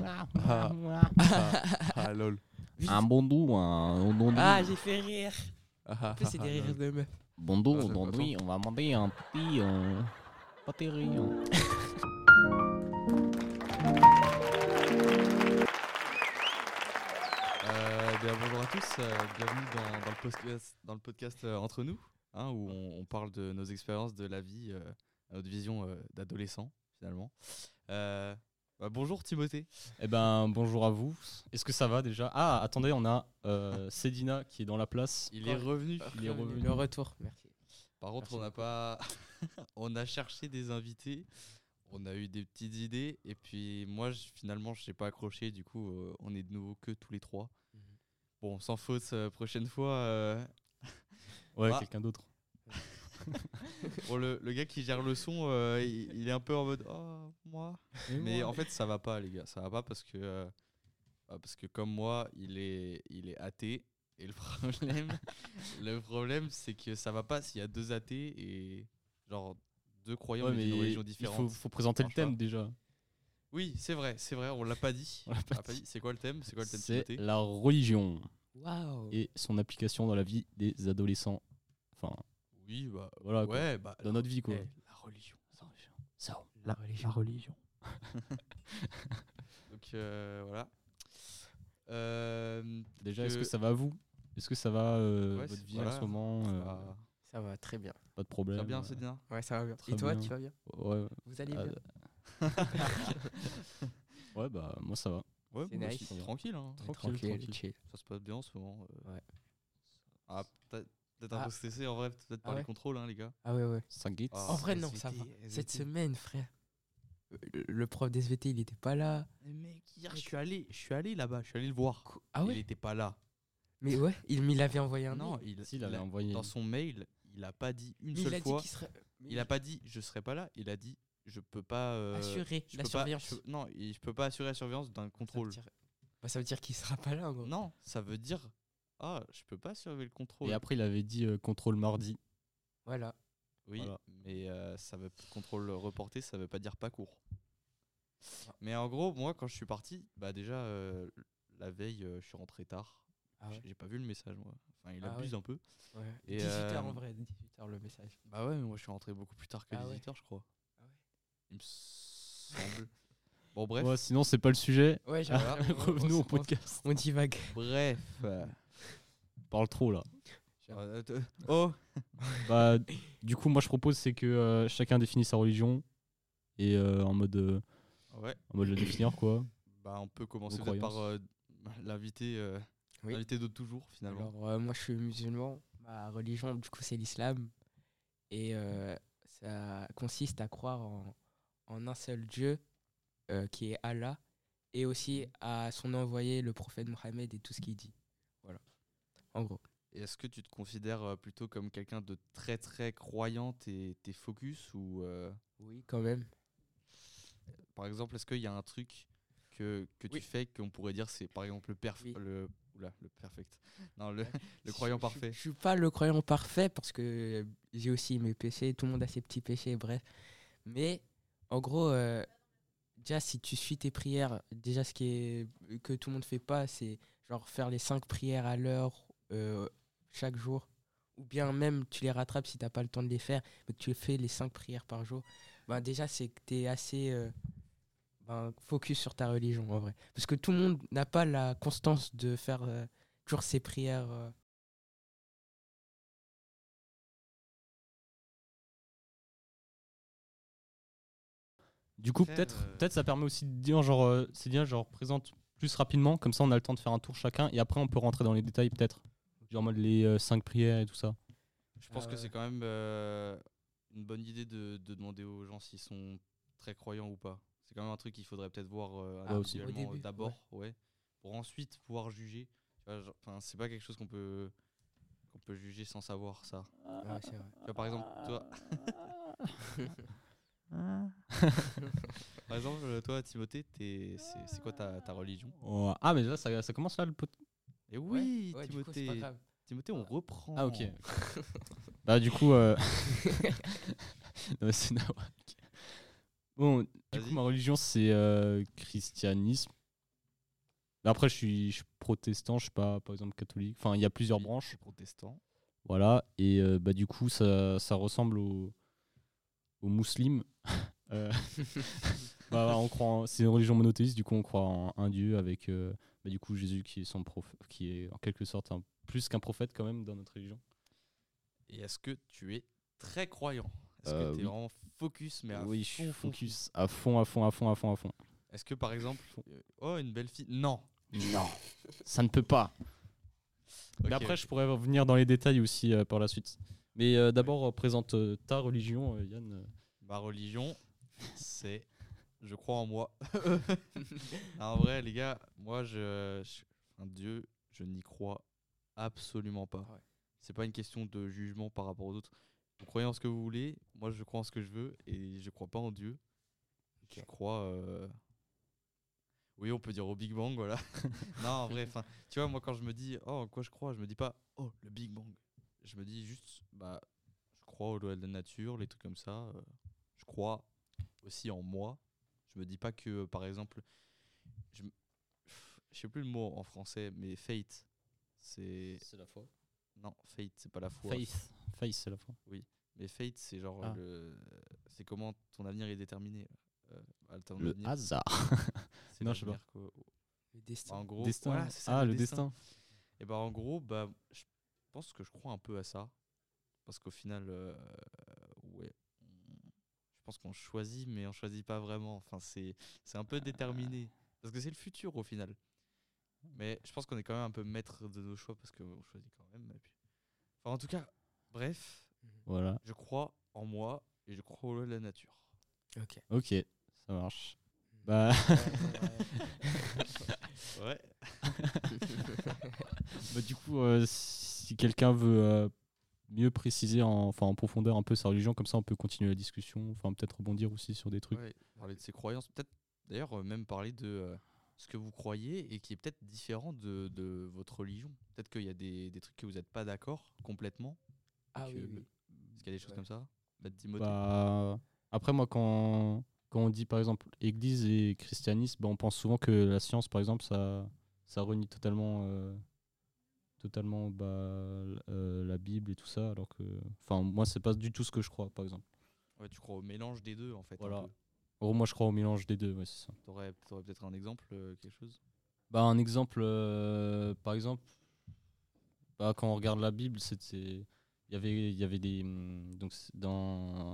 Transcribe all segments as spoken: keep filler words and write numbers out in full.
Ah, ah, ah, lol. Un bondou, un bondou. Ah, j'ai fait rire. Ah, En plus, c'est des ah, rires de meuf. Bondou, Ah, c'est aujourd'hui, on va demander un petit euh, pâtéry. hein. Euh, bien, bonjour à tous, euh, bienvenue dans, dans le podcast, dans le podcast euh, Entre nous, hein, où on, on parle de nos expériences de la vie, euh, notre vision euh, d'adolescent finalement. Euh, bah, bonjour Timothée. Eh ben, bonjour à vous. Est-ce que ça va déjà? Ah, attendez, on a euh, Cédina qui est dans la place. Il est revenu. Il est revenu. Le retour, merci. Par contre, Merci on n'a pas, on a cherché des invités, on a eu des petites idées, et puis moi, je- finalement, je n'ai pas accroché. Du coup, euh, on est de nouveau que tous les trois. Mhm. Bon, sans faute, euh, prochaine fois. euh, Ouais, Bah. quelqu'un d'autre. Bon, le, le gars qui gère le son, euh, il, il est un peu en mode oh moi. Mais en fait, ça va pas, les gars. Ça va pas parce que euh, bah, parce que comme moi, il est il est athée. Et le problème, le problème, c'est que ça va pas s'il y a deux athées et genre deux croyants Ouais, mais mais d'une religion il différente. faut, faut présenter le Marche pas. thème déjà. Oui, c'est vrai, c'est vrai. On l'a pas dit. On l'a pas On l'a pas dit. C'est quoi le thème C'est quoi le thème C'est Timothée la religion Waouh. et son application dans la vie des adolescents. Enfin, Oui, bah voilà, quoi. ouais, bah Dans notre vie, quoi. eh, la religion. Ça. La religion. religion. Donc euh, voilà. Euh, Déjà, que- est-ce que ça va à vous? Est-ce que ça va, euh, Ouais, votre c'est- vie voilà. en ce moment euh, bah, Ça va très bien. Pas de problème. très bien, euh, c'est bien. Ouais, ça va bien. Très Et toi, bien. tu vas bien? Ouais, Vous allez Ah, bien? ouais, bah, moi ça va. Ouais, C'est moi nice. aussi, tranquille. Hein. Tranquille, Tranquille, tranquille. chill. Ça se passe bien en ce moment. euh. Ouais. Ah, peut-être peut-être un Ah. peu stressé en vrai, peut-être par Ah les ouais contrôles, hein, les gars. Ah ouais, ouais. cinq gates. Ah. En vrai, non, S V T, ça va. S V T. Cette semaine, frère, euh, le- le prof d'S V T, il était pas là. Mais mec, hier, je suis allé, je suis allé là-bas, je suis allé le voir. Cou- Ah Il ouais? était pas là. Mais ouais, il il avait envoyé un Non, mail. il, Si, il il avait a- envoyé. dans son mail, il a pas dit une Mais il seule a dit fois. qu'il serait Il a pas dit je serai pas là. Il a dit je peux pas. euh, assuré je la peux pas- surveillance. je- non, il- je peux pas assurer la surveillance d'un Ça veut contrôle. dire- Bah, ça veut dire qu'il sera pas là, en gros. Non, ça veut dire ah, je peux pas surveiller le contrôle. Et après, il avait dit euh, contrôle mardi. Voilà. Oui, Voilà. mais euh, ça veut contrôle reporté, ça veut pas dire pas court. Ah. Mais en gros, moi quand je suis parti, bah déjà euh, la veille, euh, je suis rentré tard. Ah ouais. J'ai- J'ai pas vu le message moi. Enfin, il Ah abuse ouais. un peu. Ouais. Et, dix-huit heures euh, en vrai, dix-huit heures le message. Bah ouais, mais moi je suis rentré beaucoup plus tard que Ah ouais. dix-huit heures, je crois. Ah ouais. Il me semble. Bon bref, Ouais, sinon, c'est pas le sujet. Ouais, j'ai- Voilà. on- on- Revenons on- au podcast. On divague. bref. euh, On parle trop là. euh, t- oh, Bah, du coup, moi je propose c'est que euh, chacun définisse sa religion et euh, en mode euh, ouais. en mode le définir quoi. Bah on peut commencer Vos peut-être par croyances. euh, l'invité, euh, Oui. l'invité de toujours finalement. Alors, euh, moi, je suis musulman. Ma religion, du coup, c'est l'islam. Et euh, ça consiste à croire en, en un seul Dieu, euh, qui est Allah, et aussi à son envoyé, le prophète Mohammed, et tout ce qu'il dit. Voilà. En gros. Et est-ce que tu te considères euh, plutôt comme quelqu'un de très très croyant, t'es t'es focus ou euh, Oui, quand même. par exemple, est-ce qu'il y a un truc que, que Oui. tu fais qu'on pourrait dire c'est par exemple le perf Oui. le oula, le perfect. Non, le, le croyant Je- je- parfait. Je suis pas le croyant parfait parce que j'ai aussi mes péchés. Tout le monde a ses petits péchés, bref. Mais en gros, euh, déjà, si tu suis tes prières, déjà, ce qui est que tout le monde fait pas, c'est genre faire les cinq prières à l'heure euh, chaque jour. Ou bien même tu les rattrapes si t'as pas le temps de les faire, mais que tu fais les cinq prières par jour. Ben déjà, c'est que tu es assez euh, ben, focus sur ta religion, en vrai. Parce que tout le monde n'a pas la constance de faire euh, toujours ses prières. euh, Du coup, Frère, peut-être euh, peut-être ça permet aussi de dire genre euh, c'est bien genre présente plus rapidement comme ça on a le temps de faire un tour chacun et après on peut rentrer dans les détails peut-être. Genre en mode les cinq prières et tout ça. Je pense Ah que ouais. c'est quand même euh, une bonne idée de, de demander aux gens s'ils sont très croyants ou pas. C'est quand même un truc qu'il faudrait peut-être voir euh, Ouais, aussi. individuellement, Au euh, début, d'abord, ouais. Pour ensuite pouvoir juger. Tu vois, genre, 'fin, c'est pas quelque chose qu'on peut qu'on peut juger sans savoir ça. Ouais, c'est vrai. Tu vois, par exemple, toi, par exemple, euh, toi, Timothée, t'es- c'est c'est quoi ta, ta religion? Oh, ah mais là ça, ça commence là le pot. Et oui, Ouais, du coup, c'est pas Timothée, grave. Timothée, on reprend. Ah ok. Bah du coup euh... non, mais c'est nawak. Bon, du coup Vas-y. ma religion c'est euh, christianisme Mais après, je suis, je suis protestant, je suis pas, par exemple, catholique. Enfin, il y a plusieurs Oui, branches. protestant. Voilà. Et euh, bah, du coup, ça, ça ressemble aux, aux musulmans. Euh, bah, voilà, on croit en- c'est une religion monothéiste, du coup, on croit en un Dieu avec euh, bah, du coup, Jésus qui est, son prof, qui est en quelque sorte un- plus qu'un prophète quand même dans notre religion. Et est-ce que tu es très croyant? Est-ce que Euh, tu es oui. vraiment focus, mais à Oui, fond, je suis fond, fond focus à fond, à fond, à fond, à fond, à fond. Est-ce que par exemple, euh, oh, une belle fille? Non. Non, ça ne peut pas. Ok, Mais après, ok. je pourrais revenir dans les détails aussi euh, par la suite. Mais euh, d'abord, euh, présente euh, ta religion, euh, Yann. euh. Ma religion, c'est je crois en moi. Non, en vrai, les gars, moi, je, je- un Dieu, je n'y crois absolument pas. Ouais. C'est pas une question de jugement par rapport aux autres. Vous croyez en ce que vous voulez, moi je crois en ce que je veux et je crois pas en Dieu. Je Ok. crois. euh, Oui, on peut dire au Big Bang, voilà. Non, en vrai, enfin, tu vois, moi quand je me dis oh en quoi je crois, je me dis pas oh le Big Bang. Je me dis juste bah je crois aux lois de la nature, les trucs comme ça. euh, Je crois aussi en moi. Je me dis pas que par exemple, je, m- je sais plus le mot en français, mais fate, c'est C'est la foi. non fate, c'est pas la foi. Faith. Faith, c'est la foi. Oui, mais fate, c'est genre Ah. le, c'est comment ton avenir est déterminé. Euh, bah, ton Le avenir, hasard. c'est Non, je sais pas. l'avenir quoi. Le Bah, destin. en gros, Destin. voilà, c'est ça Ah, le le destin. destin. Et bah en gros, bah je pense que je crois un peu à ça parce qu'au final, euh, ouais, on- je pense qu'on choisit, mais on choisit pas vraiment. Enfin, c'est c'est un peu déterminé parce que c'est le futur au final. Mais je pense qu'on est quand même un peu maître de nos choix parce qu'on choisit quand même. Et puis... Enfin, en tout cas, bref, Voilà. je crois en moi et je crois aux lois de la nature. Ok. Ok, ça marche. Bah, Ouais. bah du coup, euh, si quelqu'un veut euh, mieux préciser en, enfin, en profondeur un peu sa religion, comme ça on peut continuer la discussion, enfin peut-être rebondir aussi sur des trucs. Ouais, parler de ses croyances, peut-être d'ailleurs euh, même parler de euh, ce que vous croyez et qui est peut-être différent de, de votre religion. Peut-être qu'il y a des, des trucs que vous n'êtes pas d'accord complètement. Ah que- oui, oui. Est-ce qu'il y a des choses Ouais. comme ça? Bah, Timothée. Bah, après moi quand, quand on dit par exemple église et christianisme, bah, on pense souvent que la science par exemple ça, ça renie totalement, euh, totalement bah, euh, la Bible et tout ça, alors que, enfin moi c'est pas du tout ce que je crois par exemple. Ouais, tu crois au mélange des deux en fait un Voilà. peu. En gros, moi je crois au mélange des deux, ouais, c'est ça. T'aurais, t'aurais peut-être un exemple, euh, quelque chose? Bah, un exemple, euh, par exemple, bah, quand on regarde la Bible, c'était, il y avait, il y avait des, hum, donc c'est dans,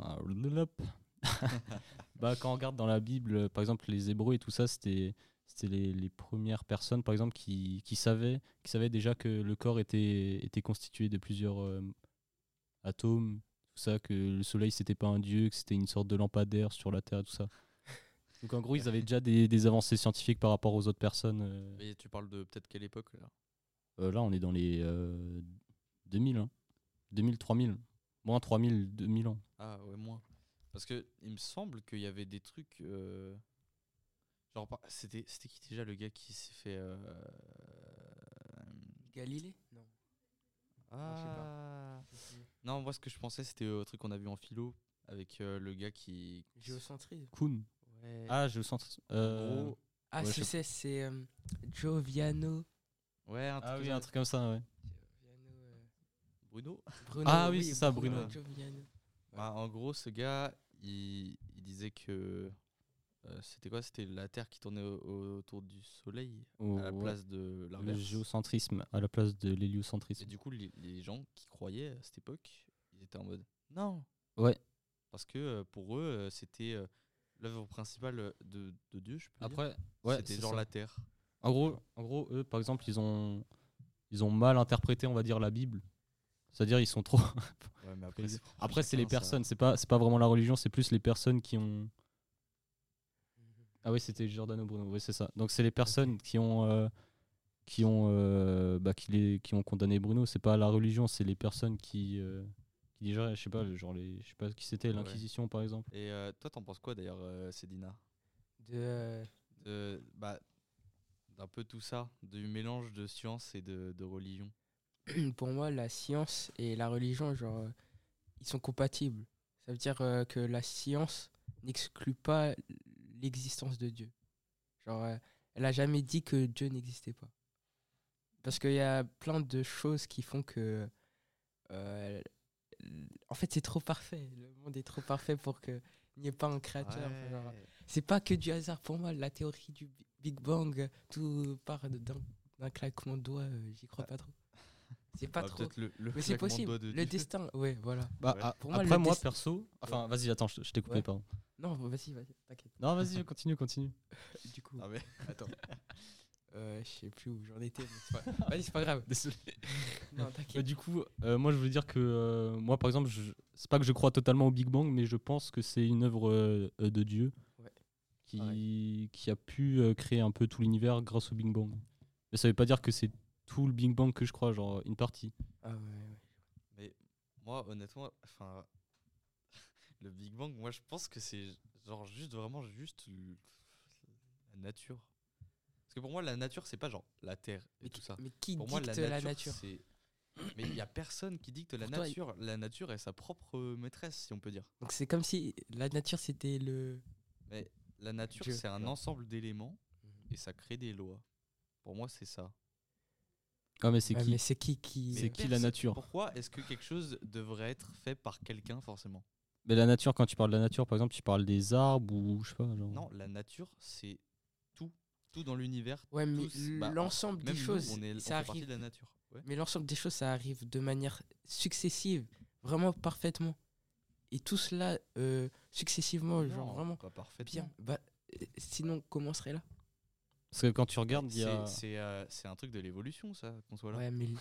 bah, quand on regarde dans la Bible, euh, par exemple, les Hébreux et tout ça, c'était, c'était les, les premières personnes, par exemple, qui, qui savaient, qui savaient déjà que le corps était, était constitué de plusieurs euh, atomes, tout ça, que le Soleil c'était pas un dieu, que c'était une sorte de lampadaire sur la Terre, tout ça. Donc en gros, ils avaient déjà des, des avancées scientifiques par rapport aux autres personnes. euh. Et tu parles de peut-être quelle époque là? Euh, là, on est dans les euh, deux mille, hein. deux mille, trois mille. Moins trois mille, deux mille ans. Ah ouais, moins. Parce que il me semble qu'il y avait des trucs. euh, Genre, par- c'était, c'était qui déjà le gars qui s'est fait. euh, Galilée? Non. je sais pas. Ah. Je sais plus. Non, moi ce que je pensais c'était au truc qu'on a vu en philo avec euh, le gars qui. Géocentrisme. Kuhn. Ouais. Ah, je le sens. En Euh... gros. Ah, ouais, je je sais, c'est euh, Gioviano. Ouais, un truc Ah comme oui, ça. un truc comme ça, ouais. Gioviano, euh, Bruno. Bruno. Ah oui, c'est ça, Bruno Bruno. Gioviano. Bah, en gros, ce gars, il, il disait que. euh, c'était quoi? C'était la Terre qui tournait au- au- autour du Soleil Oh, à la ouais. place de Le l'inverse. géocentrisme à la place de Et l'héliocentrisme. du coup, les, les gens qui croyaient à cette époque, ils étaient en mode non. Ouais. Parce que euh, pour eux, euh, c'était euh, l'œuvre principale euh, de, de Dieu, je peux dire. Après, ouais, C'était c'est genre ça. la Terre. En gros, en gros, eux, par exemple, ils ont, ils ont mal interprété, on va dire, la Bible. C'est-à-dire, ils sont trop. Ouais, mais après, c'est propre à Après, c'est les chacun, ça. personnes. C'est pas, c'est pas vraiment la religion. C'est plus les personnes qui ont. Ah oui, c'était Giordano Bruno. Oui, c'est ça. Donc c'est les personnes qui ont, euh, qui ont, euh, bah, qui les, qui ont condamné Bruno. C'est pas la religion, c'est les personnes qui, euh, qui déjà, je sais pas, genre les, je sais pas qui c'était, Ouais. l'Inquisition par exemple. Et euh, toi, t'en penses quoi d'ailleurs, euh, Cédina? De. euh, De, bah, d'un peu tout ça, du mélange de science et de, de religion. pour moi, la science et la religion, genre, euh, ils sont compatibles. Ça veut dire euh, que la science n'exclut pas l'existence de Dieu. Genre, euh, elle a jamais dit que Dieu n'existait pas. Parce qu'il y a plein de choses qui font que... euh, en fait, c'est trop parfait. Le monde est trop parfait pour qu'il n'y ait pas un créateur. Enfin, genre, Ouais. c'est pas que du hasard pour moi. La théorie du Bi- Big Bang, tout part de- d'un d'un claquement de doigts. euh, J'y crois pas trop. C'est pas Ah, trop. peut-être le, le Mais c'est claquement de possible. doigts de Le Dieu. destin, ouais, voilà. Bah, Ouais. a- Pour moi, après, le moi, dest- perso. Enfin, vas-y, attends, je, je t'ai coupé, Ouais. pardon. Non, vas-y, vas-y, t'inquiète. Non, vas-y, continue, continue. Du coup, Ah, mais attends. Euh, je sais plus où j'en étais. mais c'est pas- Vas-y, c'est pas grave. Désolé. Non, Bah, t'inquiète. du coup, euh, moi, je voulais dire que euh, moi, par exemple, je- c'est pas que je crois totalement au Big Bang, mais je pense que c'est une œuvre euh, euh, de Dieu Ouais. qui, qui a pu euh, créer un peu tout l'univers grâce au Big Bang. Mais ça veut pas dire que c'est tout le Big Bang que je crois, genre une partie. Ah ouais, ouais. Mais moi, honnêtement, enfin, le Big Bang, moi, je pense que c'est genre juste vraiment juste le- la nature. Parce que pour moi, la nature, c'est pas genre la Terre et Mais, tout qui- ça. mais qui Pour dicte moi, la la nature, nature c'est. Mais il y a personne qui dicte la Pour toi, il- nature. La nature est sa propre euh, maîtresse, si on peut dire. Donc c'est comme si la nature c'était le. Mais la nature, Dieu, c'est un genre. ensemble d'éléments Mhm. et ça crée des lois. Pour moi, c'est ça. Ah, mais c'est Ouais, qui mais c'est qui qui. C'est Mais qui la personne- nature Pourquoi est-ce que quelque chose devrait être fait par quelqu'un forcément? Mais la nature, quand tu parles de la nature, par exemple, tu parles des arbres ou je sais pas, genre. Non, la nature, c'est tout. Tout dans l'univers. Ouais, mais tous- bah, en- l'ensemble des Même nous, choses, on, est, on ça fait partie arrive. de la nature. Ouais. Mais l'ensemble des choses, ça arrive de manière successive, vraiment parfaitement. Et tout cela euh, successivement, genre Non, vraiment pas parfaitement. bien. Bah, euh, sinon, comment serait là Parce que quand tu regardes, il y C'est a. c'est, euh, c'est un truc de l'évolution, ça, qu'on soit là. Ouais, mais. l-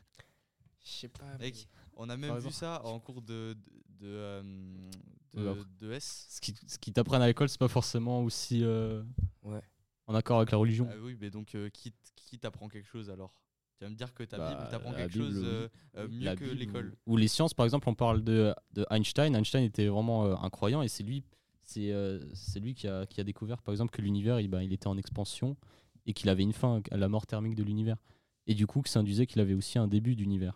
Je sais pas. mais- Mec, on a même Par vu exemple. ça en cours de, de, de, euh, de- Ouais, après. de S. Ce qui, ce qui t'apprennent à l'école, c'est pas forcément aussi euh, Ouais. en accord avec la religion. Ah oui, mais donc euh, qui, t- qui t'apprend quelque chose alors? Tu vas me dire que ta Bah, Bible t'apprend la quelque Bible, chose oui. euh, euh, mieux La que Bible l'école. Ou, ou les sciences, par exemple, on parle de, de Einstein. Einstein était vraiment euh, un croyant et c'est lui, c'est, euh, c'est lui qui a, qui a découvert, par exemple, que l'univers il, ben, il était en expansion et qu'il avait une fin à la mort thermique de l'univers. Et du coup, que ça induisait qu'il avait aussi un début d'univers.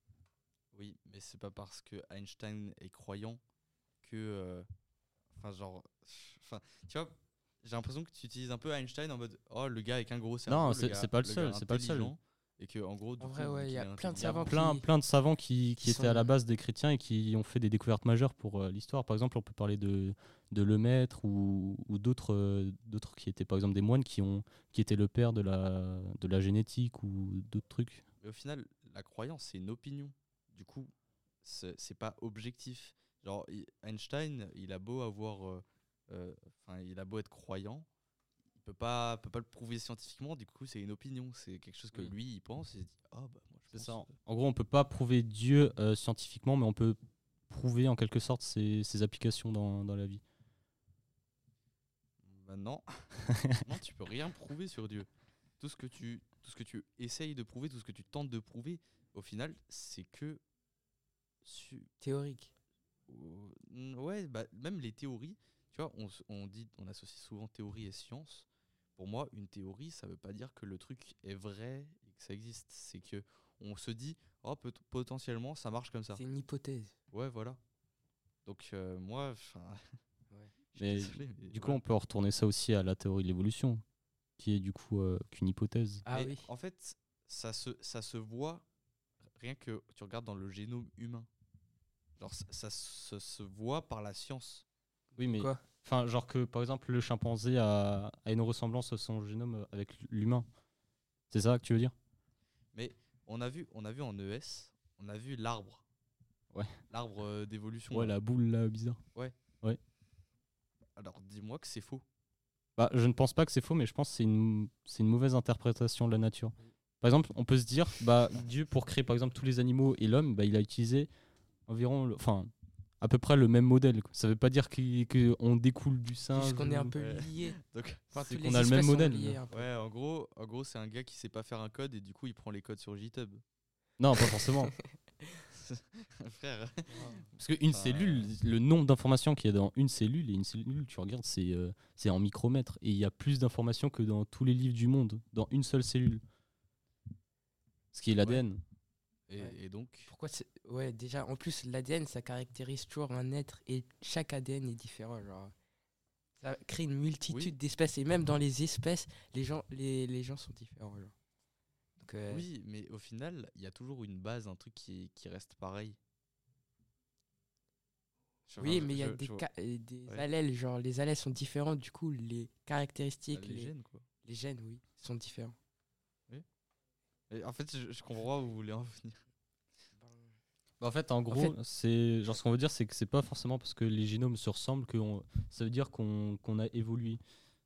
Oui, mais c'est pas parce que Einstein est croyant que. euh, Enfin, genre. Enfin, tu vois, j'ai l'impression que tu utilises un peu Einstein en mode oh, le gars avec un gros cerveau. Non, le c'est- gars- c'est pas le gars seul, c'est pas le seul. intelligent, Et que, en gros, du En coup, vrai, vu ouais, qu'il il y a est plein de intelligent- savants Plein, qui- plein de savants qui, qui qui étaient à sont- la base des chrétiens et qui ont fait des découvertes majeures pour euh, l'histoire. Par exemple, on peut parler de, de Lemaître ou, ou d'autres, euh, d'autres qui étaient par exemple des moines qui, ont, qui étaient le père de la, de la génétique ou d'autres trucs. Mais au final, la croyance, c'est une opinion. Du coup, c'est c'est pas objectif. Genre, i- Einstein, il a beau avoir. euh, euh, Enfin, il a beau être croyant, il peut pas, peut pas le prouver scientifiquement. Du coup, c'est une opinion. C'est quelque chose que Oui. lui, il pense. Et il se dit, ah bah, moi, je C'est pense, ça. euh, En gros, on peut pas prouver Dieu euh, scientifiquement, mais on peut prouver en quelque sorte ses, ses applications dans, dans la vie. Bah non. Non, tu peux rien prouver sur Dieu. Tout ce que tu, tout ce que tu essayes de prouver, tout ce que tu tentes de prouver, au final, c'est que. su- théorique. Euh, mm, ouais, bah, même les théories, tu vois, on, s- on dit, on associe souvent théorie et science. Pour moi, une théorie, ça veut pas dire que le truc est vrai et que ça existe. C'est que on se dit, oh, peut- potentiellement, ça marche comme ça. C'est une hypothèse. Ouais, voilà. Donc euh, moi, enfin, Ouais. je suis Mais désolé, mais Du coup, voilà. on peut retourner ça aussi à la théorie de l'évolution, qui est du coup euh, qu'une hypothèse. Ah Mais oui. en fait, ça se, ça se voit rien que tu regardes dans le génome humain. Genre, ça, ça se, se voit par la science. Oui, mais Quoi enfin, genre que par exemple, le chimpanzé a, a une ressemblance à son génome avec l'humain. C'est ça que tu veux dire? Mais on a vu, on a vu en E S, on a vu l'arbre. Ouais. L'arbre euh, d'évolution. Ouais, là. la boule là, bizarre. Alors dis-moi que c'est faux. Bah, je ne pense pas que c'est faux, mais je pense que c'est une, c'est une mauvaise interprétation de la nature. Par exemple, on peut se dire, bah, Dieu, pour créer par exemple tous les animaux et l'homme, bah, il a utilisé environ, le- enfin, à peu près le même modèle, quoi. Ça veut pas dire qu'il- qu'on découle du singe. Juste qu'on est un ou- peu Ouais. liés. Donc, Enfin, C'est toutes qu'on les a le même espèces sont modèle, liées là. un peu. ouais, en gros, en gros, c'est un gars qui sait pas faire un code et du coup, il prend les codes sur GitHub. Non, pas forcément. Frère. Parce qu'une Enfin, cellule, le nombre d'informations qu'il y a dans une cellule, et une cellule, tu regardes, c'est euh, c'est en micromètres. Et il y a plus d'informations que dans tous les livres du monde, dans une seule cellule. Ce qui est l'A D N. Et, Ouais. et donc, Pourquoi c'est- Ouais, déjà, en plus, l'A D N, ça caractérise toujours un être et chaque A D N est différent. Genre. ça crée une multitude Oui. d'espèces. Et même dans les espèces, les gens, les, les gens sont différents. Genre. Donc, euh, Oui, mais au final, il y a toujours une base, un truc qui, qui reste pareil. Je- enfin, Oui, je- mais il y a je- des, je vois- ca- euh, des Ouais. allèles. Genre, les allèles sont différents. Du coup, les Bah, caractéristiques, les les, gènes, quoi. les gènes, oui, sont différents. Et en fait, je, je comprends pas où vous voulez en venir. Bah, en fait, en gros, fait- c'est genre ce qu'on veut dire, c'est que c'est pas forcément parce que les génomes se ressemblent que on- ça veut dire qu'on qu'on a évolué.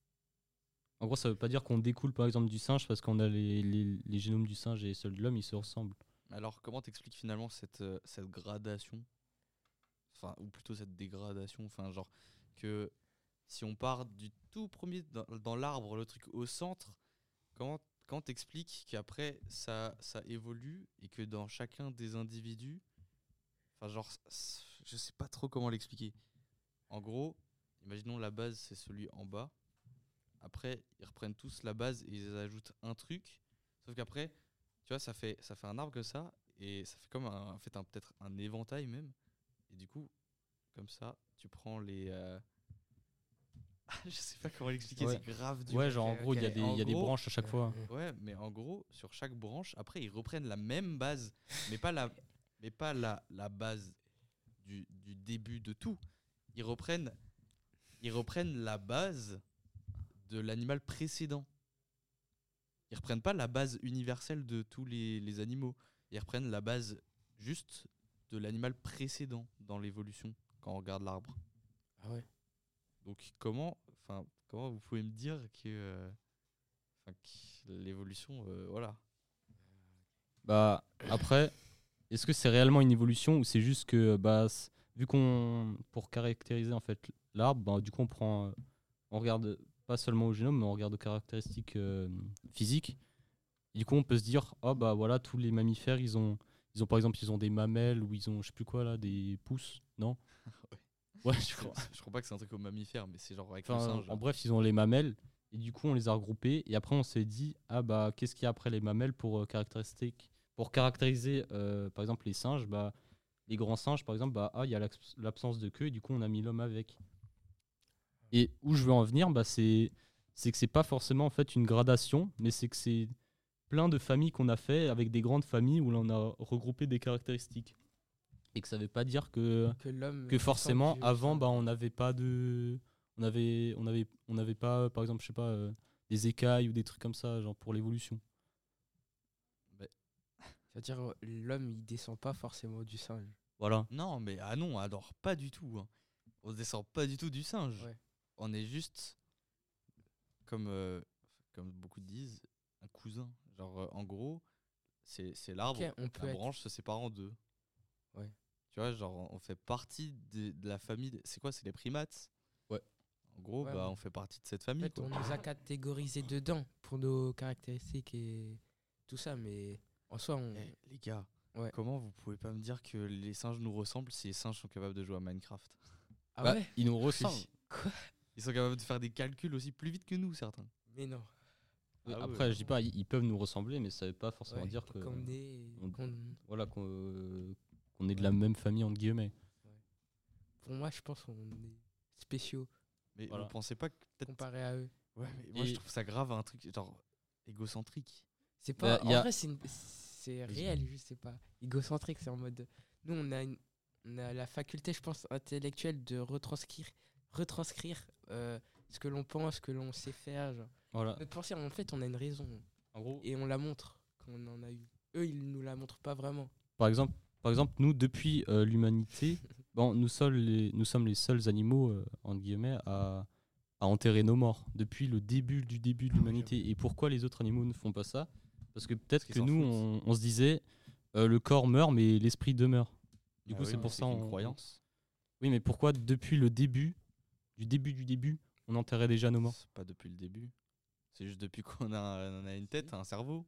En gros, ça veut pas dire qu'on découle par exemple du singe parce qu'on a les, les, les génomes du singe et ceux de l'homme, ils se ressemblent. Alors, comment t'expliques finalement cette, euh, cette gradation, enfin, ou plutôt cette dégradation, enfin, genre, que si on part du tout premier dans, dans l'arbre, le truc au centre, comment comment t'expliques qu'après ça, ça évolue et que dans chacun des individus, enfin, genre, c- je sais pas trop comment l'expliquer. En gros, imaginons la base, c'est celui en bas. Après, ils reprennent tous la base et ils ajoutent un truc. Sauf qu'après, tu vois, ça fait, ça fait un arbre comme ça. Et ça fait comme un, en fait, un, peut-être un éventail même. Et du coup, comme ça, tu prends les. euh, je sais pas comment l'expliquer, Ouais. c'est grave dur. Ouais, genre en Ok, gros, il y a ok. des, En il y a des gros, branches à chaque fois. Euh, Ouais, mais en gros, sur chaque branche, après, ils reprennent la même base. Mais pas la, mais pas la, la base du, du début de tout. Ils reprennent, ils reprennent la base de l'animal précédent. Ils reprennent pas la base universelle de tous les, les animaux. Ils reprennent la base juste de l'animal précédent dans l'évolution quand on regarde l'arbre. Ah ouais. Donc comment, enfin, comment vous pouvez me dire que, euh, 'fin, que l'évolution, euh, voilà. Bah après, est-ce que c'est réellement une évolution ou c'est juste que bah c- vu qu'on pour caractériser en fait l'arbre, bah, du coup on prend euh, on regarde pas seulement au génome mais on regarde aux caractéristiques euh, physiques. Et du coup on peut se dire oh bah voilà tous les mammifères ils ont ils ont par exemple ils ont des mamelles ou ils ont je sais plus quoi là des pouces, non? Ouais. Ouais, je Je crois. crois, je crois pas que c'est un truc aux mammifères, mais c'est genre avec le Enfin, singe. en bref, ils ont les mamelles. Et du coup, on les a regroupés. Et après, on s'est dit, ah bah, qu'est-ce qu'il y a après les mamelles pour, euh, caractéristique- pour caractériser, euh, par exemple, les singes bah, les grands singes, par exemple, bah, ah, il y a l'abs- l'absence de queue. Et du coup, on a mis l'homme avec. Et où je veux en venir, bah, c'est c'est que c'est pas forcément en fait une gradation, mais c'est que c'est plein de familles qu'on a fait avec des grandes familles où l'on a regroupé des caractéristiques. Et que ça veut pas dire que Que l'homme que descend forcément du avant singe. bah on n'avait pas de on avait on avait on n'avait pas par exemple je sais pas euh, des écailles ou des trucs comme ça genre pour l'évolution. Bah, C'est-à-dire, euh, l'homme, il descend pas forcément du singe. Voilà. non, mais ah non, alors pas du tout. Hein. On se descend pas du tout du singe. Ouais. On est juste, comme, euh, comme beaucoup disent, un cousin. Genre, euh, en gros, c'est c'est l'arbre, Ok, on peut la être- branche se sépare en deux. Ouais. Tu vois, genre, on fait partie de, de la famille. de- C'est quoi? C'est les primates. Ouais. En gros, Ouais, bah, ouais. on fait partie de cette En famille. fait, Quoi. on nous a catégorisés dedans pour nos caractéristiques et tout ça, mais en soi, on. Eh, les gars, Ouais. comment vous pouvez pas me dire que les singes nous ressemblent si les singes sont capables de jouer à Minecraft? Ah Bah, ouais? ils nous ressemblent. Quoi? Ils sont capables de faire des calculs aussi plus vite que nous, certains. Mais non. Oui, Ah après ouais. je dis pas ils, ils peuvent nous ressembler mais ça veut pas forcément Ouais, dire que qu'on est. on- qu'on- voilà qu'on euh, qu'on est de Ouais. la même famille entre guillemets. Pour moi, je pense qu'on est spéciaux Mais Voilà. vous pensez pas que peut-être. comparé à eux. Ouais, mais moi Et- je trouve ça grave un truc genre égocentrique. C'est Bah, pas. y en a- vrai, c'est une- c'est Vas-y. réel, je sais pas. Égocentrique, c'est en mode. Nous, on a, une... on a la faculté, je pense, intellectuelle de retranscrire, retranscrire euh, ce que l'on pense, ce que l'on sait faire. Genre. Voilà. Notre pensée, en fait, on a une raison. En gros, Et on la montre quand on en a eu. Eux, ils nous la montrent pas vraiment. Par exemple, par exemple, nous, depuis euh, l'humanité, bon, nous, sommes les, nous sommes les seuls animaux, euh, entre guillemets, à, à enterrer nos morts depuis le début du début de Ah oui, l'humanité. Et pourquoi les autres animaux ne font pas ça? Parce que peut-être qu'ils que s'en nous, foutent. on, on se disait, euh, le corps meurt, mais l'esprit demeure. Du Ah coup, oui, c'est mais pour ça. qu'une on- croyance. Oui, mais pourquoi depuis le début, du début du début, on enterrait déjà nos morts? C'est pas depuis le début. C'est juste depuis qu'on a, on a une tête, un cerveau.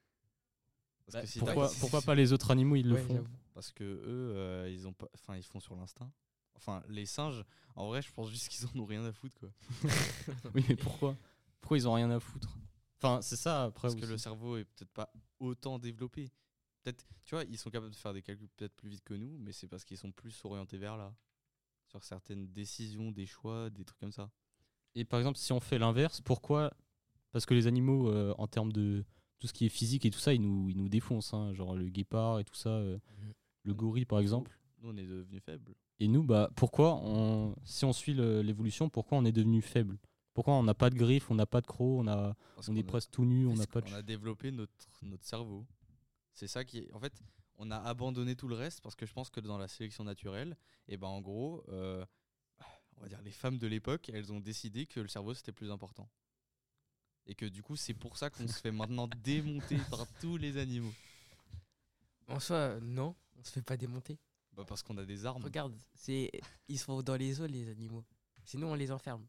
Parce Bah, que si pourquoi, t'as- pourquoi pas les autres animaux, ils le Ouais, font? j'avoue. Parce que eux, euh, ils ont pas, enfin ils font sur l'instinct. Enfin les singes, en vrai, je pense juste qu'ils en ont rien à foutre quoi. Oui, mais pourquoi? Pourquoi ils ont rien à foutre? Enfin, c'est ça après. Parce que le aussi. cerveau est peut-être pas autant développé. Peut-être, tu vois, ils sont capables de faire des calculs peut-être plus vite que nous, mais c'est parce qu'ils sont plus orientés vers là, sur certaines décisions, des choix, des trucs comme ça. et par exemple, si on fait l'inverse, pourquoi? Parce que les animaux, euh, en termes de tout ce qui est physique et tout ça, ils nous, ils nous défoncent. Hein, genre le guépard et tout ça, euh, Mhm. le gorille par exemple. Nous, on est devenus faibles. Et nous, bah, pourquoi on, si on suit le- l'évolution, pourquoi on est devenu faible? Pourquoi on n'a pas de griffes, on n'a pas de crocs, on, a, Parce on est qu'on a- presque tout nu, on parce n'a pas de... qu'on a développé notre, notre cerveau. C'est ça qui est. En fait, on a abandonné tout le reste parce que je pense que dans la sélection naturelle, et ben en gros, euh, on va dire les femmes de l'époque, elles ont décidé que le cerveau c'était plus important. Et que du coup, c'est pour ça qu'on se fait maintenant démonter par tous les animaux. En soi, euh, non, on se fait pas démonter. Bah parce qu'on a des armes. Regarde, c'est ils sont dans les eaux les animaux. Sinon on les enferme.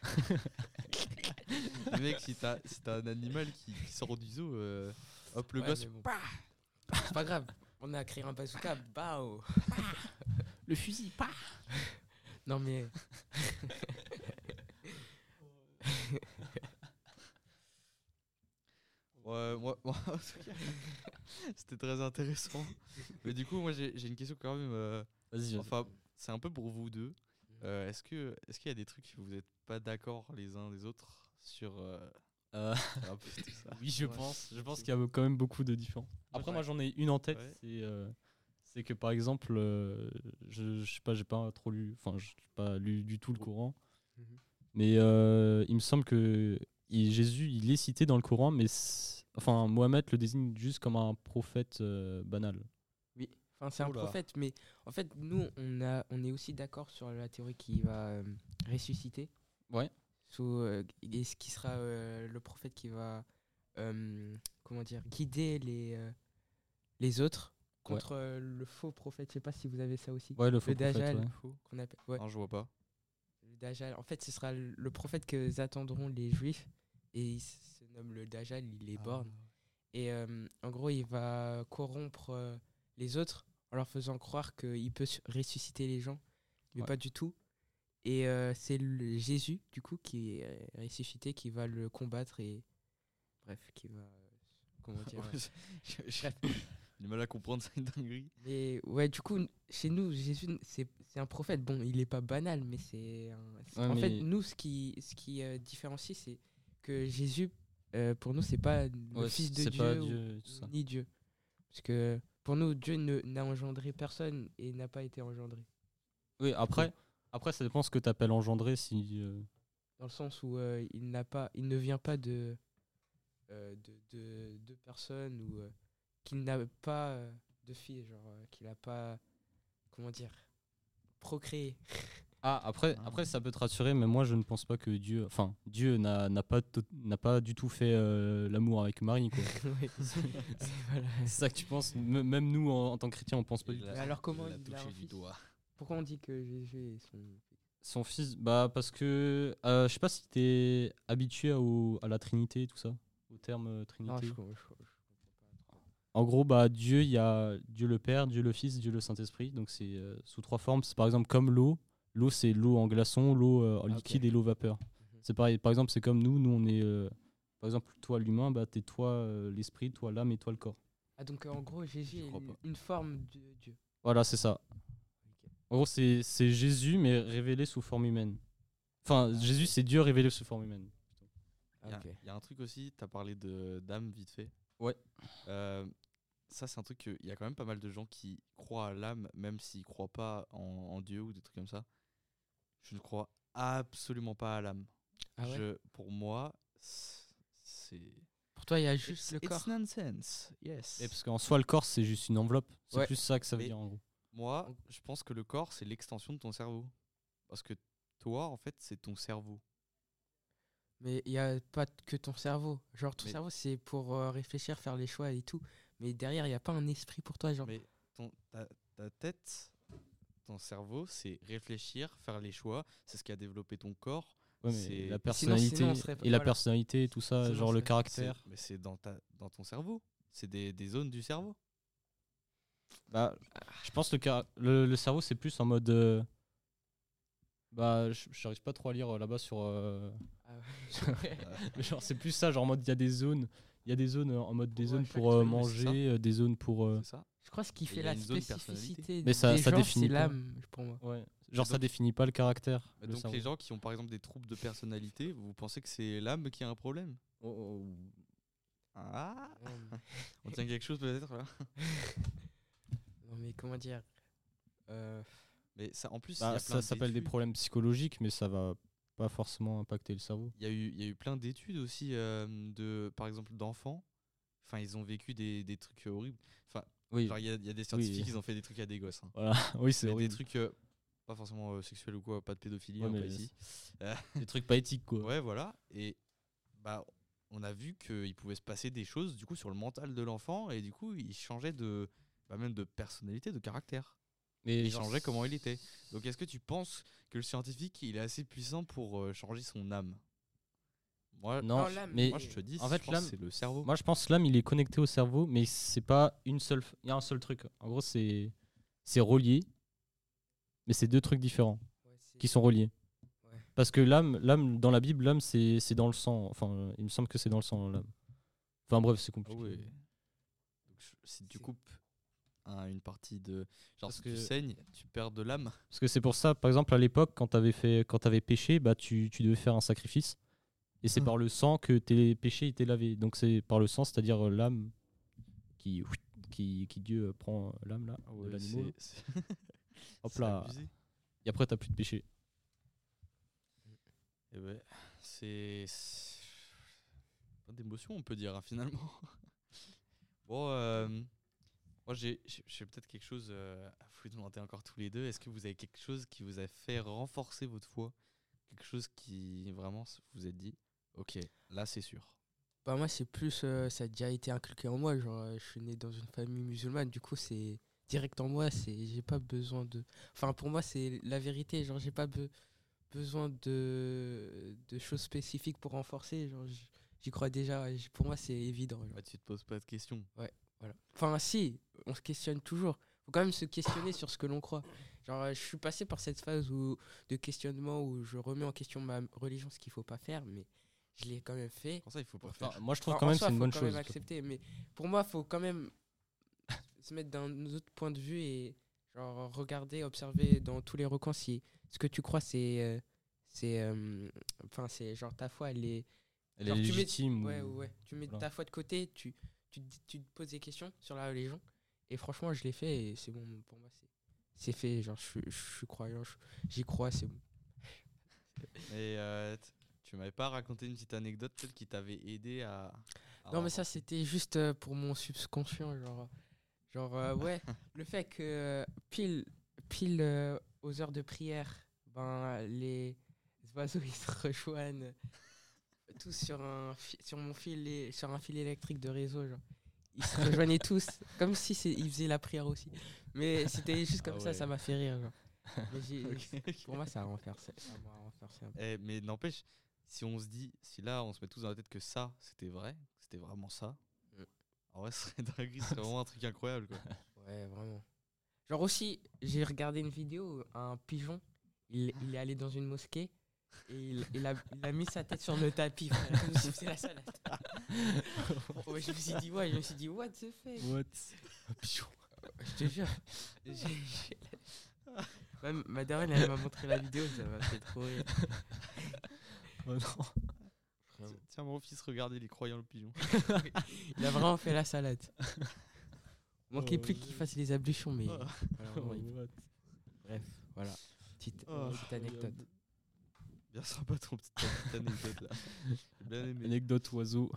Le mec, si t'as si t'as un animal qui, qui sort du zoo, euh, hop, le Ouais, gosse. mais bon. C'est pas grave. On a créé un bazooka. Bao. Le fusil, pas. Non mais Ouais, moi, moi, en tout cas, c'était très intéressant. Mais du coup, moi, j'ai j'ai une question quand même. euh, Vas-y, vas-y. Enfin, c'est un peu pour vous deux. Euh, est-ce que est-ce qu'il y a des trucs que vous n'êtes pas d'accord les uns des autres sur euh, Euh, un peu tout ça? oui, je Ouais. pense. Je pense qu'il y a quand même beaucoup de différents. Après, Ouais. moi, j'en ai une en tête. Ouais. C'est euh, c'est que par exemple, euh, je, je sais pas, j'ai pas trop lu, enfin, j'ai pas lu du tout le Coran, Mhm. mais euh, il me semble que il- Jésus, il est cité dans le Coran, mais c'est- enfin, Mohamed le désigne juste comme un prophète euh, banal. oui, enfin c'est un Oula. prophète, mais en fait nous on a on est aussi d'accord sur la théorie qui va euh, ressusciter. Ouais. Sous, euh, et ce qui sera euh, le prophète qui va euh, comment dire guider les euh, les autres contre euh, le faux prophète. Je sais pas si vous avez ça aussi. Ouais, le faux Le prophète. Dajjal. ouais. Faux. Qu'on appelle. Ouais. Non, je vois pas. Le Dajjal. En fait, ce sera le le prophète que attendront les Juifs et il se nomme le Dajjal. Il est borne. Et euh, en gros, il va corrompre euh, les autres en leur faisant croire qu'il peut su- ressusciter les gens, mais Ouais. pas du tout. Et euh, c'est le Jésus, du coup, qui est euh, ressuscité, qui va le combattre et. Bref, qui va. euh, Comment dire euh, J'ai j'ai du mal à comprendre, c'est une dinguerie. Mais ouais, du coup, n- chez nous, Jésus, n- c'est c'est un prophète. Bon, il est pas banal, mais c'est. un- c'est- Ouais, en fait, mais- nous, ce qui, ce qui euh, différencie, c'est que Jésus, euh, pour nous, c'est pas le Ouais, fils de c'est Dieu, pas ou- Dieu et tout ça. ni Dieu. Parce que pour nous, Dieu ne- n'a engendré personne et n'a pas été engendré. Oui, après, après, ça dépend ce que tu appelles engendrer. Si, euh, Dans le sens où euh, il, n'a pas, il ne vient pas de, euh, de, de, de personnes ou euh, qu'il n'a pas euh, de fille, genre euh, qu'il n'a pas. Comment dire procréé. Ah, après, Ah. après, ça peut te rassurer, mais moi, je ne pense pas que Dieu. Enfin, Dieu n'a n'a pas, to- n'a pas du tout fait euh, l'amour avec Marie, quoi. Oui, c'est- voilà. C'est ça que tu penses. M- même nous, en, en tant que chrétiens, on pense pas du Il tout. a- Mais alors comment il a il a touché un du fils doigt. Pourquoi on dit que Jésus est son. Son fils, bah, parce que. Euh, je sais pas si t'es habitué au, à la Trinité et tout ça, au terme euh, Trinité. Non, je, co- je, co- je comprends pas trop. En gros, bah, Dieu, il y a Dieu le Père, Dieu le Fils, Dieu le Saint-Esprit. Donc, c'est euh, sous trois formes. C'est par exemple comme l'eau. L'eau, c'est l'eau en glaçon, l'eau euh, en Ah, ok. liquide et l'eau vapeur. Mhm. C'est pareil. Par exemple, c'est comme nous. Nous, on est. euh, par exemple, toi, l'humain, bah, t'es toi euh, l'esprit, toi l'âme et toi le corps. Ah, donc euh, en gros, Jésus J'y est crois une, pas. une forme de Dieu. Voilà, c'est ça. Ok. En gros, c'est c'est Jésus, mais révélé sous forme humaine. Enfin, Jésus, c'est Dieu révélé sous forme humaine. Ah, Il y a- ok. il y, a un truc aussi, tu as parlé de d'âme vite fait. Ouais. Euh, ça, c'est un truc qu'il y a quand même pas mal de gens qui croient à l'âme, même s'ils croient pas en, en Dieu ou des trucs comme ça. Je ne crois absolument pas à l'âme. Ah ouais Je- pour moi, c'est. Pour toi, il y a juste It's, le it's corps. nonsense. Yes. Et parce qu'en soi, le corps, c'est juste une enveloppe. C'est Ouais. plus ça que ça veut Mais- dire en gros. Moi, je pense que le corps, c'est l'extension de ton cerveau. Parce que toi, en fait, c'est ton cerveau. Mais il n'y a pas que ton cerveau. Genre, ton Mais- cerveau, c'est pour euh, réfléchir, faire les choix et tout. Mais derrière, il n'y a pas un esprit pour toi. Genre. Mais ton, ta, ta tête, ton cerveau, c'est réfléchir, faire les choix. C'est ce qui a développé ton corps. Ouais, c'est- mais la Sinon- personnalité sinon, on serait pas- et la voilà. personnalité, tout ça, Sinon, on genre le serait- caractère. C'est- Mais c'est dans, ta, dans ton cerveau. C'est des, des zones du cerveau. Bah, je pense que le, car- le, le cerveau, c'est plus en mode. euh, Bah, je j'arrive pas trop à lire euh, là-bas sur. euh, Ah ouais. mais genre, c'est plus ça, genre en mode il y a des zones. Il y a des zones euh, en mode des Pour, euh, zones chaque pour euh, truc, mais c'est ça. manger, euh, des zones pour. euh, C'est ça. Je crois que ce qui Et il fait y a la une zone spécificité Mais ça- des ça gens, définit c'est pas. l'âme, pour moi. Ouais. genre ça donc- définit pas le caractère. Bah, le donc cerveau. les gens qui ont par exemple des troubles de personnalité, vous pensez que c'est l'âme qui a un problème? Oh, oh, Ah, Non, mais- on tient quelque chose peut-être là. non, mais comment dire euh, Mais ça, en plus, il y bah, a plein ça s'appelle des d'études. problèmes psychologiques, mais ça va pas forcément impacter le cerveau. Il y a eu, il y a eu plein d'études aussi euh, de, par exemple, d'enfants. Enfin, ils ont vécu des, des trucs horribles. Enfin, Oui, genre il y, a- il y a des scientifiques, ils ont fait des trucs à des gosses. Hein. voilà. Oui, c'est Mais des horrible. trucs euh, pas forcément euh, sexuels ou quoi, pas de pédophilie, Ouais, hein, mais pas ici. Des trucs pas éthiques, quoi. Ouais, voilà. Et bah, on a vu qu'il pouvait se passer des choses du coup sur le mental de l'enfant et du coup, il changeait de, bah, même de personnalité, de caractère. Mais Il genre, changeait comment il était. Donc, est-ce que tu penses que le scientifique, il est assez puissant pour euh, changer son âme? Moi, Non, Non, l'âme, mais moi, je te dis, en je fait, pense l'âme- que c'est le cerveau. moi je pense que l'âme il est connecté au cerveau, mais c'est pas une seule. f- Il y a un seul truc. En gros, c'est c'est relié, mais c'est deux trucs différents ouais, c'est- qui sont reliés. Ouais. Parce que l'âme, l'âme dans la Bible, l'âme c'est c'est dans le sang. Enfin, il me semble que c'est dans le sang l'âme. Enfin bref, c'est Ah compliqué. ouais. Donc, je- si tu C'est- coupes un- une partie de. Genre, Parce si que- tu saignes, tu perds de l'âme. Parce que c'est pour ça, par exemple, à l'époque, quand t'avais fait, quand t'avais péché, bah tu, tu devais faire un sacrifice. Et c'est Ah. par le sang que tes péchés étaient lavés. Donc c'est par le sang, c'est-à-dire euh, l'âme qui, qui, qui Dieu euh, prend euh, l'âme là de l'animal. c'est- Hop c'est là. abusé. Et après t'as plus de péché. Et ouais, c'est. c'est pas d'émotion, on peut dire, hein, finalement. Bon, euh, moi, j'ai j'ai- j'ai peut-être quelque chose euh, à vous demander encore tous les deux. Est-ce que vous avez quelque chose qui vous a fait renforcer votre foi? Quelque chose qui vraiment s- vous êtes dit, ok, là c'est sûr. Bah moi c'est plus euh, ça a déjà été inculqué en moi, genre euh, je suis né dans une famille musulmane, du coup c'est direct en moi, c'est j'ai pas besoin de enfin pour moi c'est la vérité, genre j'ai pas be- besoin de de choses spécifiques pour renforcer, genre j- j'y crois déjà, j- pour moi c'est évident, genre. Ouais, tu te poses pas de questions. Voilà. Enfin si, on se questionne toujours. Faut quand même se questionner sur ce que l'on croit. Genre euh, je suis passé par cette phase où de questionnement où je remets en question ma religion, ce qu'il faut pas faire, mais je l'ai quand même fait. Pour ça, il faut pas Enfin, faire. moi je trouve Enfin, quand en même soi, c'est une faut bonne quand chose. même accepter, mais pour moi, faut quand même se mettre d'un autre point de vue et genre regarder, observer dans tous les recoins si ce que tu crois c'est euh, c'est euh, enfin c'est genre ta foi elle est Elle genre, est tu mets- légitime. ouais ou- ouais tu mets voilà. ta foi de côté, tu tu te dis- tu te poses des questions sur la religion et franchement je l'ai fait et c'est bon pour moi c'est c'est fait, genre je suis- je suis croyant, je- j'y crois, c'est bon. Et euh, t- tu m'avais pas raconté une petite anecdote peut-être qui t'avait aidé à. à Non mais ça renforcer. c'était juste euh, pour mon subconscient, genre genre euh, ouais, le fait que euh, pile pile euh, aux heures de prière, ben les oiseaux ils se rejoignent tous sur un fi- sur mon fil é- sur un fil électrique de réseau, genre ils se rejoignaient tous comme si c'est ils faisaient la prière aussi. Mais c'était juste comme Ah ça, ouais. ça m'a fait rire, genre. Mais j'ai- Ok, ok. pour moi ça a renversé, ça m'a renversé un peu. Eh, mais n'empêche, si on se dit, si là on se met tous dans la tête que ça, c'était vrai, c'était vraiment ça, Mm. en vrai, ce serait dingue, ce serait vraiment un truc incroyable quoi. Ouais, vraiment. Genre aussi, j'ai regardé une vidéo, où un pigeon, il, il est allé dans une mosquée et il, il a, il a mis sa tête sur le tapis, frère, comme s'il faisait la salade. Ouais, je me suis dit, ouais, je me suis dit, what the fuck? What? Je te jure. J'ai- j'ai- Même ma daronne, elle m'a montré la vidéo, ça m'a fait trop rire. Oh non. Tiens- Tiens, mon fils, regardez, il est croyant le pigeon. Il a vraiment fait la salade. Manquait Oh, plus qu'il fasse les ablutions, mais. Oh. voilà, vraiment, il- What? Bref, voilà. Petite, Oh, petite anecdote. Bien sympa ton petite, ta petite anecdote là. J'ai bien aimé. Anecdote oiseau.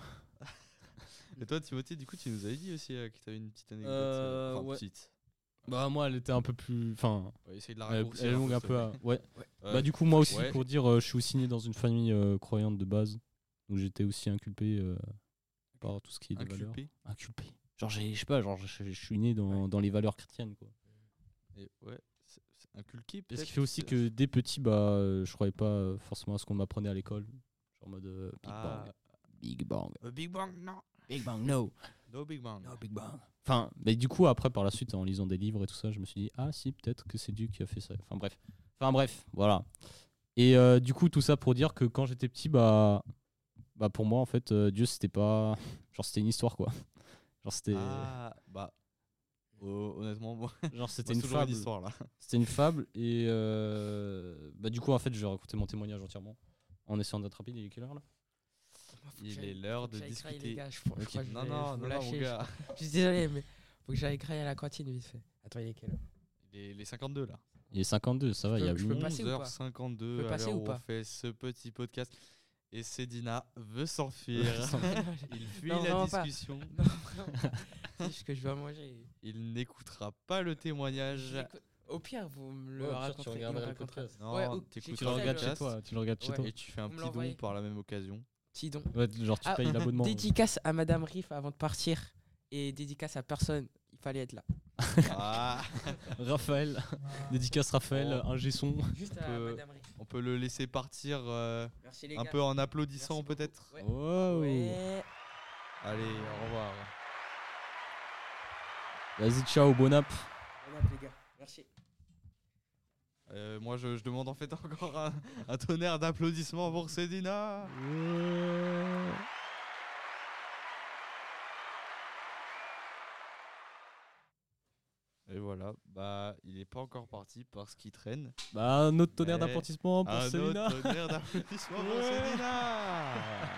Et toi, Timothée, du coup, tu nous avais dit aussi euh, que tu avais une petite anecdote. Euh, enfin, ouais. petite. Bah moi elle était un peu plus, enfin, Ouais, essaye de la elle, raccourcir. elle est longue un s'il te peu. À... Ouais. plaît. Bah du coup moi aussi Ouais. pour dire, euh, je suis aussi né dans une famille euh, croyante de base, donc j'étais aussi inculpé euh, par tout ce qui est des valeurs. Inculpé. Inculpé. Genre j'ai, je sais pas, genre je, je suis né dans, dans les valeurs chrétiennes quoi. Et ouais, c'est c'est inculqué Et peut-être. ce qui fait aussi c'est- que dès petit bah euh, je croyais pas euh, forcément à ce qu'on m'apprenait à l'école, genre en mode euh, Big Ah, Bang, Big Bang, euh, Big Bang, non. Big Bang, no, No Big Bang. no Big Bang. Enfin, mais du coup après par la suite en lisant des livres et tout ça, je me suis dit ah si peut-être que c'est Dieu qui a fait ça. Enfin bref, enfin bref, voilà. Et euh, du coup tout ça pour dire que quand j'étais petit bah bah pour moi en fait euh, Dieu c'était pas genre c'était une histoire quoi. Genre c'était Ah, bah. Oh, honnêtement, moi, Genre, c'était moi, une c'est toujours fable. histoire là. C'était une fable et euh, bah du coup en fait je vais raconter mon témoignage entièrement en essayant d'être rapide. Il est quelle heure là? Il est l'heure de discuter. Les gars, je, crois- je Ok. crois que je Non, vais- non, je vais vous non, non, mon lâcher, gars. Je, je suis désolé, mais faut que j'aille grailler à la cantine vite fait. Attends, il est quelle heure? Les, les cinquante-deux là. Il est cinquante-deux, ça va, il y a peux- je huit peux minutes. passer ou pas onze heures cinquante-deux Je peux à passer l'heure ou où on pas fait ce petit podcast. Et Cédina veut s'enfuir. Il fuit Non, la vraiment pas. discussion. Non, vraiment. C'est juste que je dois manger. Il n'écoutera pas le témoignage. J'écoute- Au pire, vous me le Ouais, au pire, tu raconterez. il me regarderas le racontera. podcast. Non, Ouais, ou- t'écoutes Tu j'écouterai le le regardes chez podcast. toi, tu le regardes chez Ouais. toi. Et tu fais un Vous me petit don l'envoyez. par la même occasion. Petit don. Ouais, genre tu Ah, payes l'abonnement. Dédicace à Madame Riff avant de partir. Et dédicace à personne. Il fallait être là. Ah, Raphaël, dédicace Raphaël, Oh. un G-son. Juste à à peut- Madame Riff. on peut le laisser partir euh, Merci les un gars. peu en applaudissant Merci beaucoup. peut-être. Ouais. Wow. Ouais. Allez, au revoir. Vas-y, ciao, bon app. Bon app, les gars. Merci. Euh, moi, je, je demande en fait encore un, un tonnerre d'applaudissements pour Cédina. Et voilà, bah il est pas encore parti parce qu'il traîne. Bah, un autre tonnerre Ouais. d'applaudissements pour un Célina. autre tonnerre d'applaudissements pour Ouais. Cédina.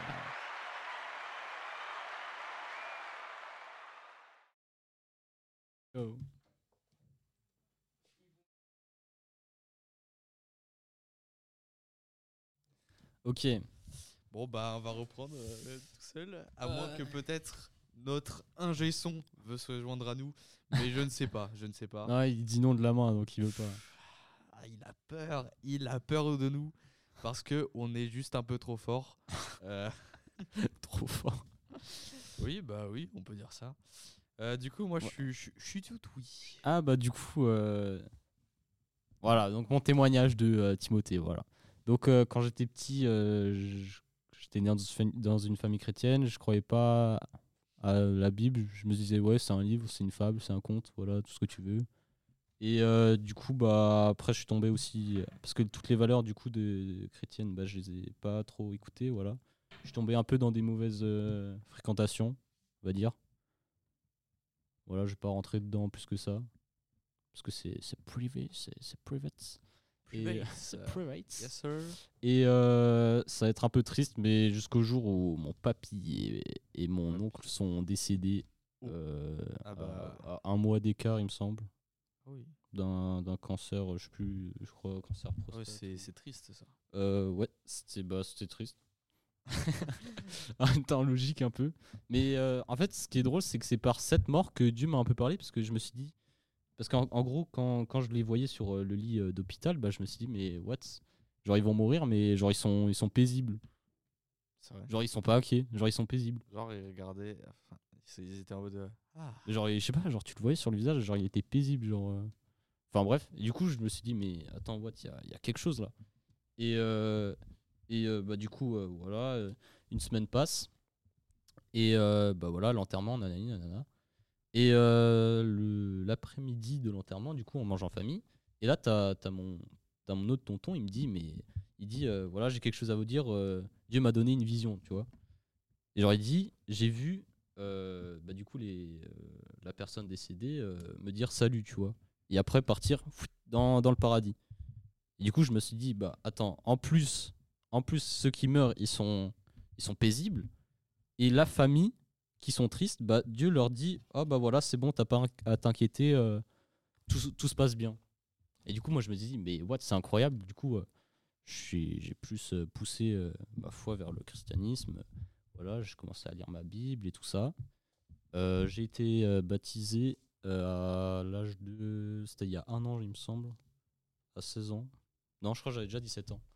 Ciao. Ok. Bon bah on va reprendre euh, tout seul, à Euh. moins que peut-être notre ingé son veut se joindre à nous, mais je ne sais pas, je ne sais pas. Non, il dit non de la main, donc il veut pas. Ah, il a peur, il a peur de nous parce que on est juste un peu trop fort. Euh, Trop fort. oui bah oui, on peut dire ça. Euh, du coup moi je suis je je suis tout oui. Ah bah du coup, euh, voilà, donc mon témoignage de euh, Timothée, voilà. Donc euh, quand j'étais petit, euh, j- j'étais né dans une fami- dans une famille chrétienne, je croyais pas à la Bible, je me disais ouais c'est un livre, c'est une fable, c'est un conte, voilà, tout ce que tu veux. Et euh, du coup, bah après je suis tombé aussi, parce que toutes les valeurs du coup de, de chrétiennes, bah je les ai pas trop écoutées, voilà. Je suis tombé un peu dans des mauvaises euh, fréquentations, on va dire. Voilà, je vais pas rentrer dedans plus que ça. Parce que c'est c'est privé, c'est c'est private. Et- Private, c'est euh, private. Yes sir. Et euh, ça va être un peu triste, mais jusqu'au jour où mon papy et, et mon oncle sont décédés Oh. euh, Ah bah. à, à un mois d'écart, il me semble, Oui. d'un d'un cancer, je sais plus, je crois cancer Ouais, prostate. c'est c'est triste ça. Euh, ouais, c'était bah, c'était triste. En même temps, logique un peu. Mais euh, en fait, ce qui est drôle, c'est que c'est par cette mort que Dieu m'a un peu parlé, parce que je me suis dit. Parce qu'en en gros, quand, quand je les voyais sur euh, le lit euh, d'hôpital, bah, je me suis dit, mais what? Genre, ils vont mourir, mais genre, ils sont, ils sont paisibles. C'est vrai. Genre, ils sont pas inquiets. Genre, ils sont paisibles. Genre ils regardaient, enfin, ils étaient en mode euh, ah. Genre, je sais pas, genre, tu le voyais sur le visage, genre, il était paisible. Genre, euh. Enfin, bref. Du coup, je me suis dit, mais attends, what? Il y a, il y a quelque chose là. Et, euh, et euh, bah, du coup, euh, voilà, euh, une semaine passe. Et euh, bah voilà, l'enterrement, nanani, nanana. Et euh, le- l'après-midi de l'enterrement, du coup, on mange en famille. Et là, t'as as mon, t'as mon autre tonton, il me dit, mais il dit, euh, voilà, j'ai quelque chose à vous dire. euh, Dieu m'a donné une vision, tu vois. Et genre, il dit, j'ai vu, euh, bah, du coup, les, euh, la personne décédée euh, me dire salut, tu vois. Et après, partir pfft, dans, dans le paradis. Et du coup, je me suis dit, bah, attends, en plus, en plus, ceux qui meurent, ils sont, ils sont paisibles. Et la famille, qui sont tristes, bah, Dieu leur dit oh bah voilà, c'est bon, t'as pas à t'inquiéter, euh, tout, tout se passe bien. Et du coup, moi je me dis mais what, c'est incroyable. Du coup, euh, je suis- j'ai plus euh, poussé euh, ma foi vers le christianisme. Voilà, j'ai commencé à lire ma Bible et tout ça. Euh, j'ai été euh, baptisé euh, à l'âge de. C'était il y a un an, il me semble. À seize ans. Non, je crois que j'avais déjà dix-sept ans.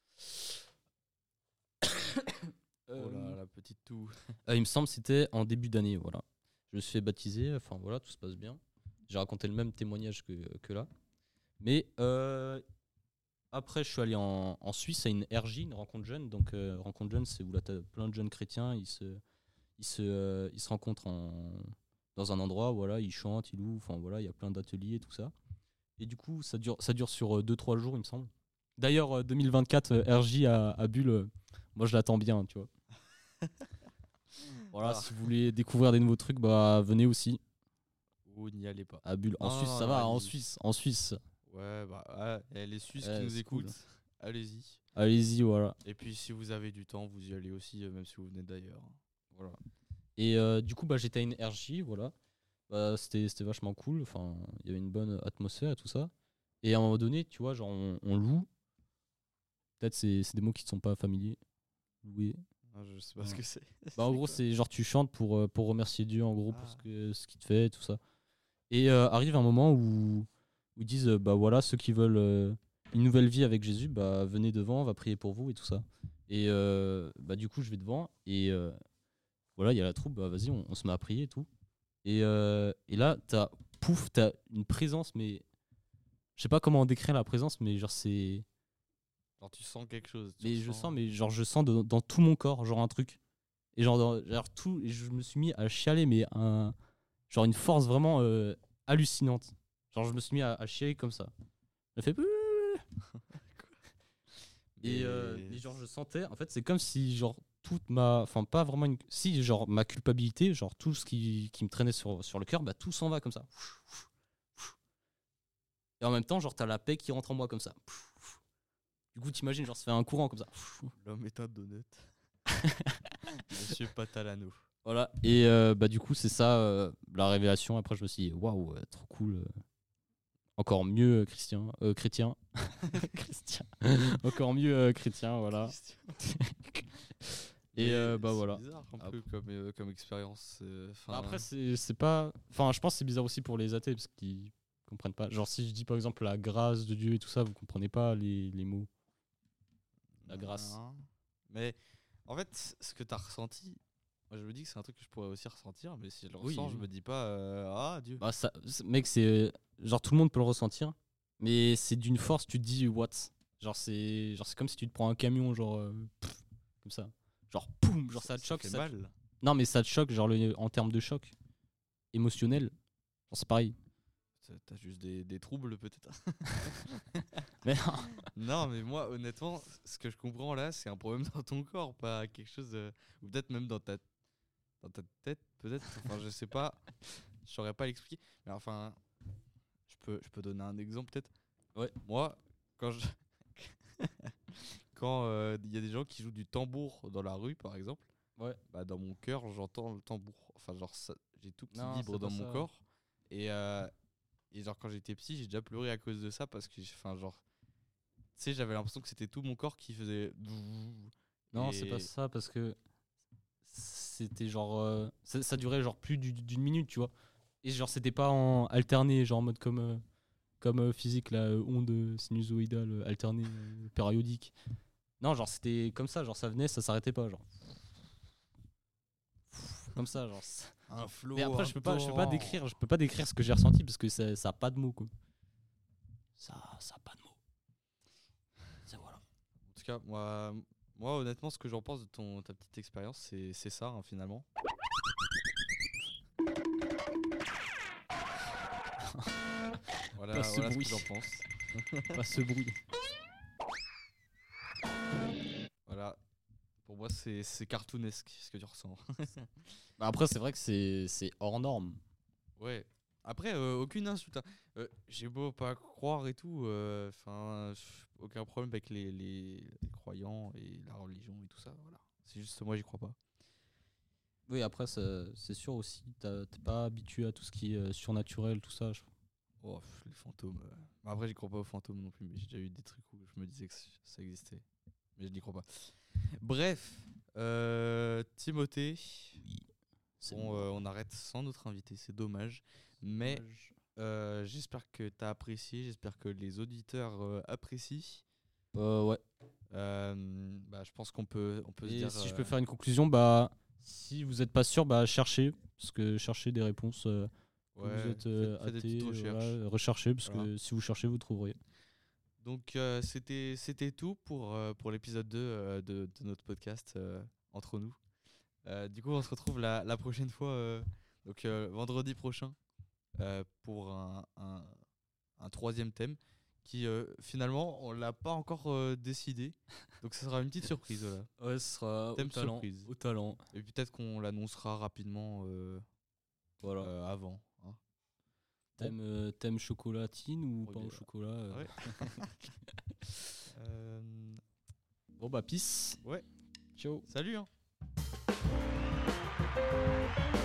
Oh là, Euh, la petite toux. Euh, il me semble que c'était en début d'année, voilà. Je me suis fait baptiser, enfin voilà, tout se passe bien. J'ai raconté le même témoignage que, que là. Mais euh, après, je suis allé en, en Suisse à une R J, une rencontre jeune. Donc, euh, rencontre jeune, c'est où là, t'as plein de jeunes chrétiens, ils se, ils se, euh, ils se rencontrent en, dans un endroit, voilà, ils chantent, ils louent, enfin voilà, il y a plein d'ateliers, tout ça. Et du coup, ça dure, ça dure sur deux trois jours, il me semble. D'ailleurs, euh, deux mille vingt-quatre, euh, R J à, à Bulle, euh, moi je l'attends bien, tu vois. Voilà, Ah. si vous voulez découvrir des nouveaux trucs, bah venez aussi. Vous n'y allez pas. À Bulle. En Non, Suisse, non, ça non, va, en allez-y. Suisse. En Suisse. Ouais, bah, ouais, et les Suisses Ouais, qui nous c'est écoutent, cool. allez-y. Allez-y, voilà. Et puis, si vous avez du temps, vous y allez aussi, euh, même si vous venez d'ailleurs. Voilà. Et euh, du coup, bah, j'étais à une R J, voilà. Bah, c'était c'était vachement cool. Enfin, il y avait une bonne atmosphère et tout ça. Et à un moment donné, tu vois, genre, on, on loue. Peut-être c'est c'est des mots qui ne sont pas familiers. Louer. Ah, je sais pas Ouais. ce que c'est. Bah, en C'est gros, quoi c'est genre, tu chantes pour, euh, pour remercier Dieu, en gros, pour Ah. ce que ce qu'il te fait, tout ça. Et euh, arrive un moment où, où ils disent, euh, bah voilà, ceux qui veulent euh, une nouvelle vie avec Jésus, bah venez devant, on va prier pour vous et tout ça. Et euh, bah du coup, je vais devant et euh, voilà, il y a la troupe, bah vas-y, on, on se met à prier et tout. Et, euh, et là, t'as, pouf, t'as une présence, mais je sais pas comment décrire la présence, mais genre c'est, Genre, tu sens quelque chose. tu mais je ressens- sens, mais genre je sens de- dans tout mon corps, genre un truc. Et genre, dans- genre tout, et je me suis mis à chialer, mais un, genre une force vraiment euh, hallucinante. Genre je me suis mis à, à chialer comme ça. J'ai fait. Et, euh, Mais- et genre je sentais, en fait c'est comme si genre toute ma, enfin pas vraiment une, si genre ma culpabilité, genre tout ce qui, qui me traînait sur, sur le cœur, bah tout s'en va comme ça. Et en même temps genre t'as la paix qui rentre en moi comme ça. Du coup t'imagines genre ça fait un courant comme ça. L'homme est un donut. Monsieur Patalano. Voilà. Et euh, bah du coup c'est ça euh, la révélation. Après je me suis dit waouh euh, trop cool. euh. Encore mieux euh, Christian, euh, chrétien. Christian. Encore mieux euh, chrétien, voilà. Et Mais euh, bah c'est voilà. bizarre un Ah. peu comme, euh, comme expérience. euh, 'fin, Bah après, c'est c'est pas. Enfin, je pense que c'est bizarre aussi pour les athées parce qu'ils comprennent pas. Genre, si je dis par exemple la grâce de Dieu et tout ça, vous comprenez pas les, les mots. La grâce. non. Mais en fait, ce que tu as ressenti, moi je me dis que c'est un truc que je pourrais aussi ressentir, mais si je le Oui, ressens, je oui. me dis pas euh, ah Dieu. Bah, ça, c'est- mec, c'est. Genre, tout le monde peut le ressentir, mais c'est d'une force, tu te dis what? Genre, c'est genre c'est comme si tu te prends un camion, genre. euh, pff, comme ça. Genre, poum! Genre, ça te choque. fait ça te- mal. Non, mais ça te choque, genre, le- en termes de choc émotionnel. Genre, c'est pareil. T'as- T'as juste des, des troubles peut-être. Mais non. Non, mais moi, honnêtement, ce que je comprends là, c'est un problème dans ton corps, pas quelque chose. de- Ou peut-être même dans ta, dans ta tête, peut-être. Enfin, je sais pas. Je saurais pas l'expliquer. Mais enfin, je peux, je peux donner un exemple peut-être. Ouais. Moi, quand je. Quand euh, il y a des gens qui jouent du tambour dans la rue, par exemple, Ouais. bah, dans mon cœur, j'entends le tambour. Enfin, genre, ça- j'ai tout qui Non, vibre c'est dans pas mon ça. corps. Et, euh, et genre, quand j'étais petit, j'ai déjà pleuré à cause de ça parce que, enfin, genre, tu sais, j'avais l'impression que c'était tout mon corps qui faisait. Non, Et- c'est pas ça parce que c'était genre euh, ça, ça durait genre plus du- d'une minute, tu vois. Et genre c'était pas en alterné, genre en mode comme euh, comme euh, physique la onde sinusoïdale euh, alternée euh, périodique. Non, genre c'était comme ça, genre ça venait, ça s'arrêtait pas, genre comme ça, genre. c'est- Un flot. Mais après un je peux pas je peux pas torrent. décrire, je peux pas décrire ce que j'ai ressenti parce que ça ça a pas de mots quoi. Ça ça a pas de mots. C'est voilà. En tout cas, moi, moi honnêtement, ce que j'en pense de ton, ta petite expérience, c'est c'est ça, hein, finalement. Voilà, Pas ce voilà ce que bruit. j'en pense. Pas ce bruit. Voilà. Pour moi, c'est c'est cartoonesque ce que tu ressens. Bah après c'est vrai que c'est c'est hors norme. Ouais. Après, euh, aucune insulte. hein. Euh, J'ai beau pas croire et tout. Enfin, aucun problème avec les, les, les croyants et la religion et tout ça. Voilà. C'est juste moi, j'y crois pas. Oui, après, ça- c'est sûr aussi, t'as- t'es pas habitué à tout ce qui est euh, surnaturel, tout ça. je- Oh, pff, les fantômes. euh. Bah, après, j'y crois pas aux fantômes non plus, mais j'ai déjà eu des trucs où je me disais que c- ça existait. Mais je n'y crois pas. Bref, euh, Timothée. C'est Bon, moi. euh, on arrête sans notre invité, c'est dommage. Mais Dommage. euh, j'espère que tu as apprécié, j'espère que les auditeurs euh, apprécient. Euh, ouais. Euh, bah, je pense qu'on peut, on peut se Et dire. si je euh, peux faire une conclusion, bah, si vous n'êtes pas sûr, bah, cherchez. Parce que cherchez des réponses. euh, que ouais, vous êtes euh, faites- faites des athée, petites recherches. voilà, recherchez. Parce Voilà. que si vous cherchez, vous trouverez. Donc euh, c'était c'était tout pour, euh, pour l'épisode deux euh, de, de notre podcast euh, entre nous. Euh, du coup on se retrouve la, la prochaine fois, euh, donc euh, vendredi prochain, euh, pour un, un, un troisième thème qui euh, finalement on l'a pas encore euh, décidé. Donc ça sera une petite surprise. Voilà. Ouais, ce sera Thème au talent. surprise. Au talent. Et puis peut-être qu'on l'annoncera rapidement euh, Voilà. euh, avant. hein. Thème, euh, thème chocolatine ou Oh, pain au bien. chocolat euh. Ouais. Euh, Bon bah peace. Ouais. Ciao. Salut hein.